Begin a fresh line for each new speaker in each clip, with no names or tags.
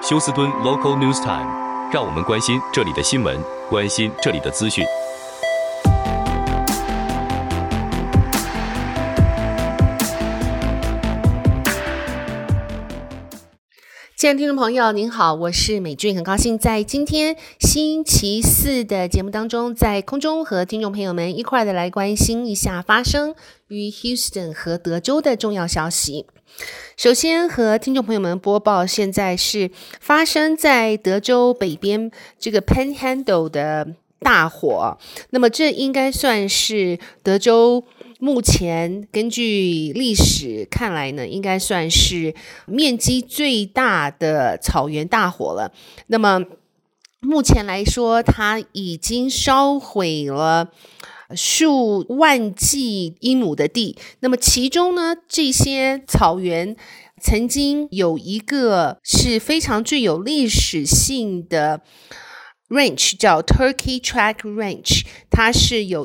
休斯敦 Local News Time， 让我们关心这里的新闻，关心这里的资讯。
亲爱的听众朋友您好，我是美俊，很高兴在今天星期四的节目当中，在空中和听众朋友们一块的来关心一下发生于 Houston 和德州的重要消息。首先和听众朋友们播报，现在是发生在德州北边这个 Panhandle 的大火，那么这应该算是德州目前根据历史看来呢，应该算是面积最大的草原大火了。那么目前来说，它已经烧毁了数万计英亩的地。那么其中呢，这些草原曾经有一个是非常具有历史性的ranch 叫 Turkey Track Ranch， 它是有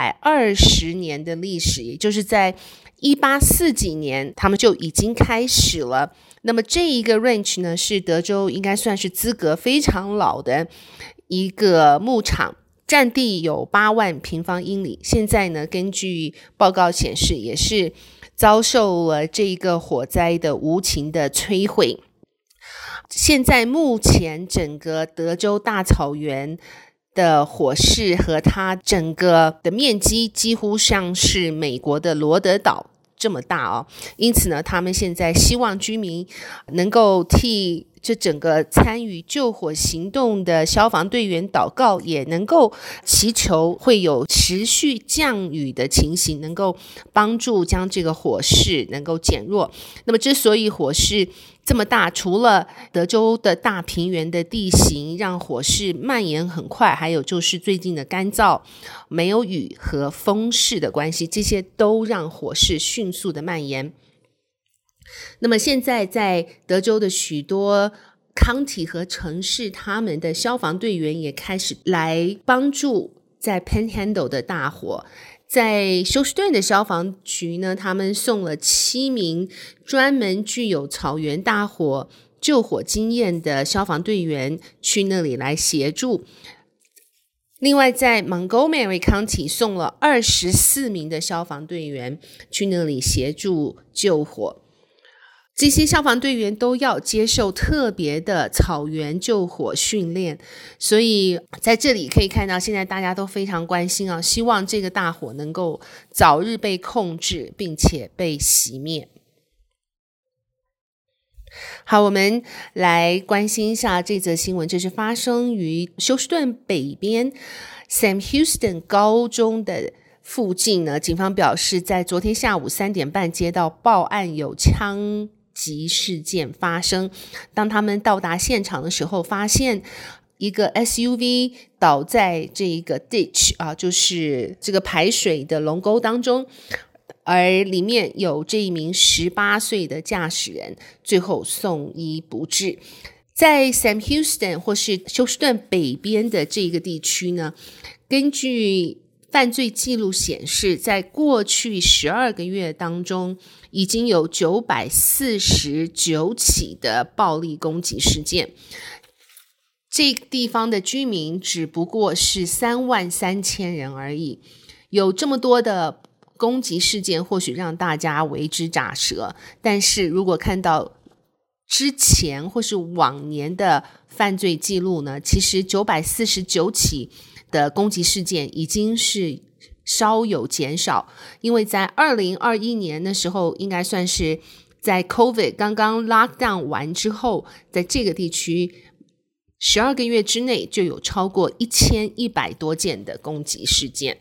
120年的历史，也就是在1840几年他们就已经开始了。那么这一个 ranch 呢，是德州应该算是资格非常老的一个牧场，占地有8万平方英里。现在呢，根据报告显示，也是遭受了这个火灾的无情的摧毁。现在目前整个德州大草原的火势和它整个的面积几乎像是美国的罗德岛这么大哦，因此呢，他们现在希望居民能够替这整个参与救火行动的消防队员祷告，也能够祈求会有持续降雨的情形，能够帮助将这个火势能够减弱。那么之所以火势这么大，除了德州的大平原的地形让火势蔓延很快，还有就是最近的干燥、没有雨和风势的关系，这些都让火势迅速的蔓延。那么现在在德州的许多 county 和城市，他们的消防队员也开始来帮助在 Panhandle 的大火。在休斯顿的消防局呢，他们送了7名专门具有草原大火救火经验的消防队员去那里来协助。另外在 Montgomery County 送了24名的消防队员去那里协助救火。这些消防队员都要接受特别的草原救火训练，所以在这里可以看到现在大家都非常关心希望这个大火能够早日被控制并且被熄灭。好，我们来关心一下这则新闻，这是发生于休斯顿北边 Sam Houston 高中的附近呢，警方表示在昨天下午3点半接到报案有枪击事件发生。当他们到达现场的时候，发现一个 SUV 倒在这个 ditch 就是这个排水的龙沟当中，而里面有这一名18岁的驾驶人，最后送医不治。在 Sam Houston 或是休斯顿北边的这个地区呢，根据犯罪记录显示，在过去12个月当中，已经有949起的暴力攻击事件。这个地方的居民只不过是33000人而已，有这么多的攻击事件，或许让大家为之咋舌。但是如果看到之前或是往年的犯罪记录呢，其实949起的攻击事件已经是稍有减少。因为在2021年的时候，应该算是在 COVID 刚刚 lockdown 完之后，在这个地区12个月之内就有超过1100多件的攻击事件。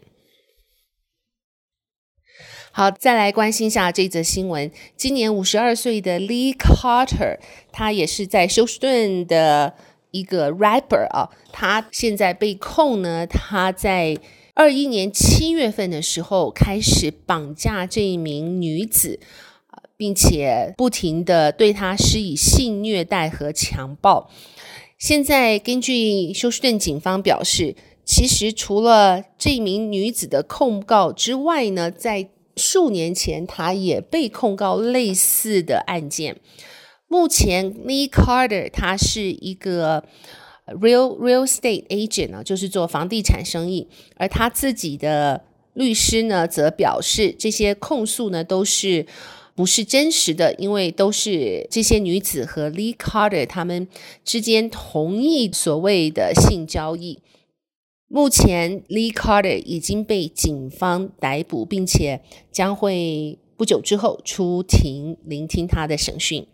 好，再来关心一下这则新闻。今年52岁的 Lee Carter， 他也是在休斯顿的一个 rapper 他现在被控呢，他在21年7月份的时候开始绑架这一名女子，并且不停的对她施以性虐待和强暴。现在根据休斯顿警方表示，其实除了这名女子的控告之外呢，在数年前他也被控告类似的案件。 目前 Lee Carter 他是一个real estate agent 就是做房地产生意，而他自己的律师呢则表示这些控诉呢都是不是真实的，因为都是这些女子和 Lee Carter 他们之间同意所谓的性交易。目前 Lee Carter 已经被警方逮捕，并且将会不久之后出庭聆听他的审讯。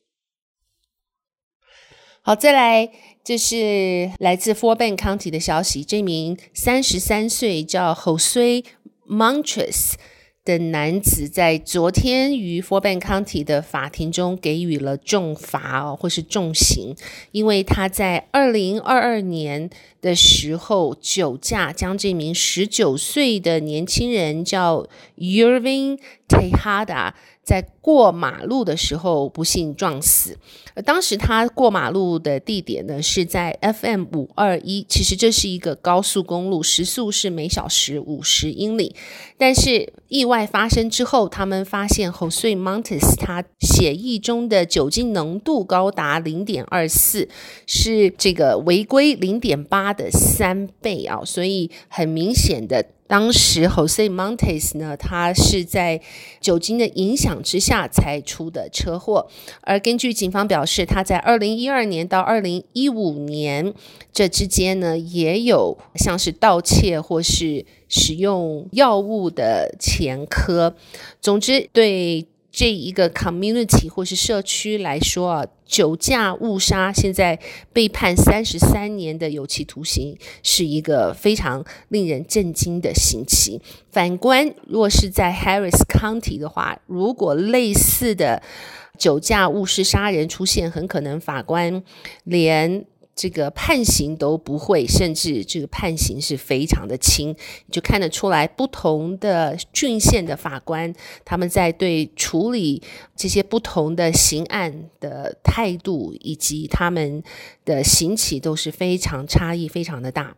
好，再来，这是来自 Fort Bend County 的消息，这名33岁叫 Jose Montes 的男子在昨天于 Fort Bend County 的法庭中给予了重罚或是重刑，因为他在2022年的时候酒驾将这名19岁的年轻人叫 Irving Tejada 在过马路的时候不幸撞死。而当时他过马路的地点呢是在 FM 521，其实这是一个高速公路，时速是每小时50英里。但是意外发生之后，他们发现 Jose Montes 他血液中的酒精浓度高达 0.24， 是这个违规 0.8 的3倍啊，所以很明显的当时 Jose Montes 呢，他是在酒精的影响之下才出的车祸。而根据警方表示，他在2012年到2015年这之间呢，也有像是盗窃或是使用药物的前科。总之，对这一个 community 或是社区来说酒驾误杀现在被判33年的有期徒刑，是一个非常令人震惊的刑期。反观若是在 Harris County 的话，如果类似的酒驾误事杀人出现，很可能法官连这个判刑都不会，甚至这个判刑是非常的轻，就看得出来不同的郡县的法官他们在对处理这些不同的刑案的态度以及他们的刑期都是非常差异非常的大。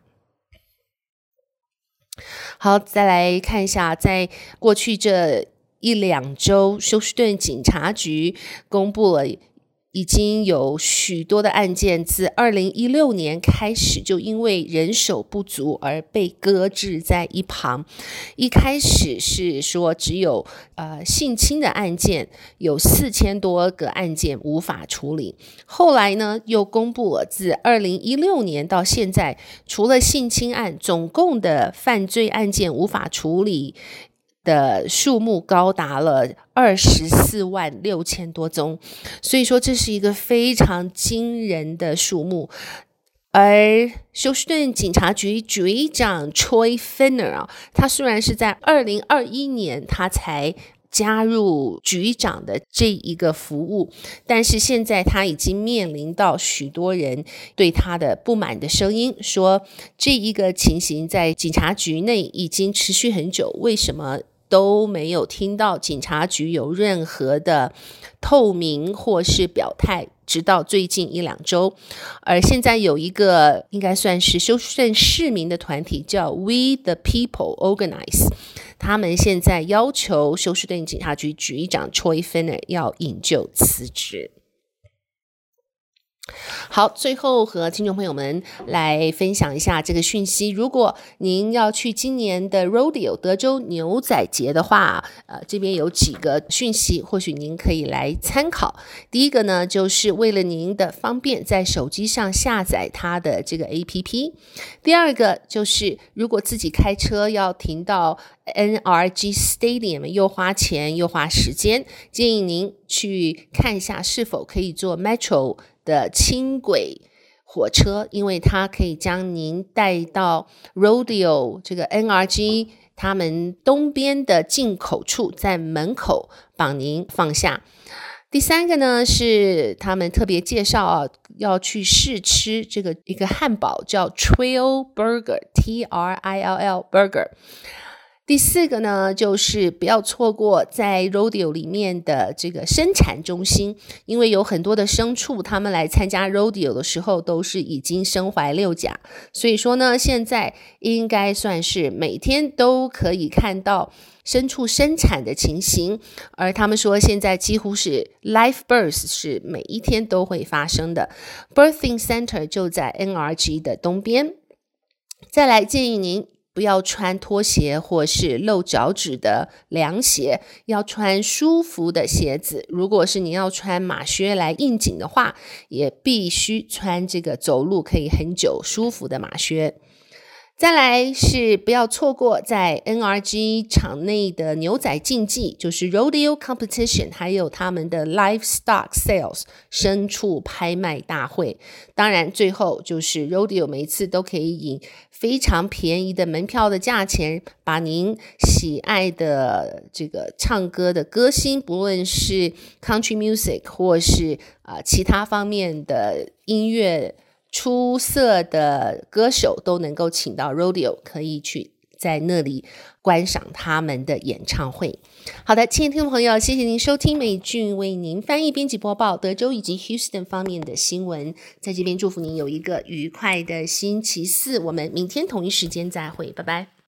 好，再来看一下，在过去这1-2周，休斯顿警察局公布了已经有许多的案件自2016年开始就因为人手不足而被搁置在一旁。一开始是说只有性侵的案件有4000多个案件无法处理，后来呢又公布了自2016年到现在，除了性侵案，总共的犯罪案件无法处理的数目高达了24万6千多宗，所以说这是一个非常惊人的数目。而休斯顿警察局局长 Troy Finner 他虽然是在2021年他才加入局长的这一个服务，但是现在他已经面临到许多人对他的不满的声音，说这一个情形在警察局内已经持续很久，为什么都没有听到警察局有任何的透明或是表态，直到最近1-2周。而现在有一个应该算是休斯顿市民的团体叫 We the People Organize， 他们现在要求休斯顿警察局局长 Troy Finner 要引咎辞职。好，最后和听众朋友们来分享一下这个讯息。如果您要去今年的 Rodeo 德州牛仔节的话，这边有几个讯息，或许您可以来参考。第一个呢，就是为了您的方便，在手机上下载它的这个 APP。第二个就是如果自己开车要停到 NRG Stadium 又花钱又花时间，建议您去看一下是否可以坐 Metro 的轻轨火车，因为它可以将您带到 Rodeo 这个 NRG 他们东边的进口处，在门口帮您放下。第三个呢，是他们特别介绍要去试吃这个一个汉堡叫 Trill Burger， Trill Burger。 第4个呢，就是不要错过在 rodeo 里面的这个生产中心，因为有很多的牲畜他们来参加 rodeo 的时候都是已经身怀6甲，所以说呢，现在应该算是每天都可以看到牲畜生产的情形，而他们说现在几乎是 live birth 是每一天都会发生的。 Birthing Center 就在 NRG 的东边。再来建议您不要穿拖鞋或是露脚趾的凉鞋，要穿舒服的鞋子。如果是你要穿马靴来应景的话，也必须穿这个走路可以很久舒服的马靴。再来是不要错过在 NRG 场内的牛仔竞技，就是 Rodeo Competition， 还有他们的 Livestock Sales 牲畜拍卖大会。当然最后就是 Rodeo 每一次都可以以非常便宜的门票的价钱，把您喜爱的这个唱歌的歌星，不论是 Country Music 或是其他方面的音乐出色的歌手都能够请到 Rodeo， 可以去在那里观赏他们的演唱会。好的，亲爱的听众朋友，谢谢您收听美俊为您翻译编辑播报德州以及 Houston 方面的新闻，在这边祝福您有一个愉快的星期四，我们明天同一时间再会，拜拜。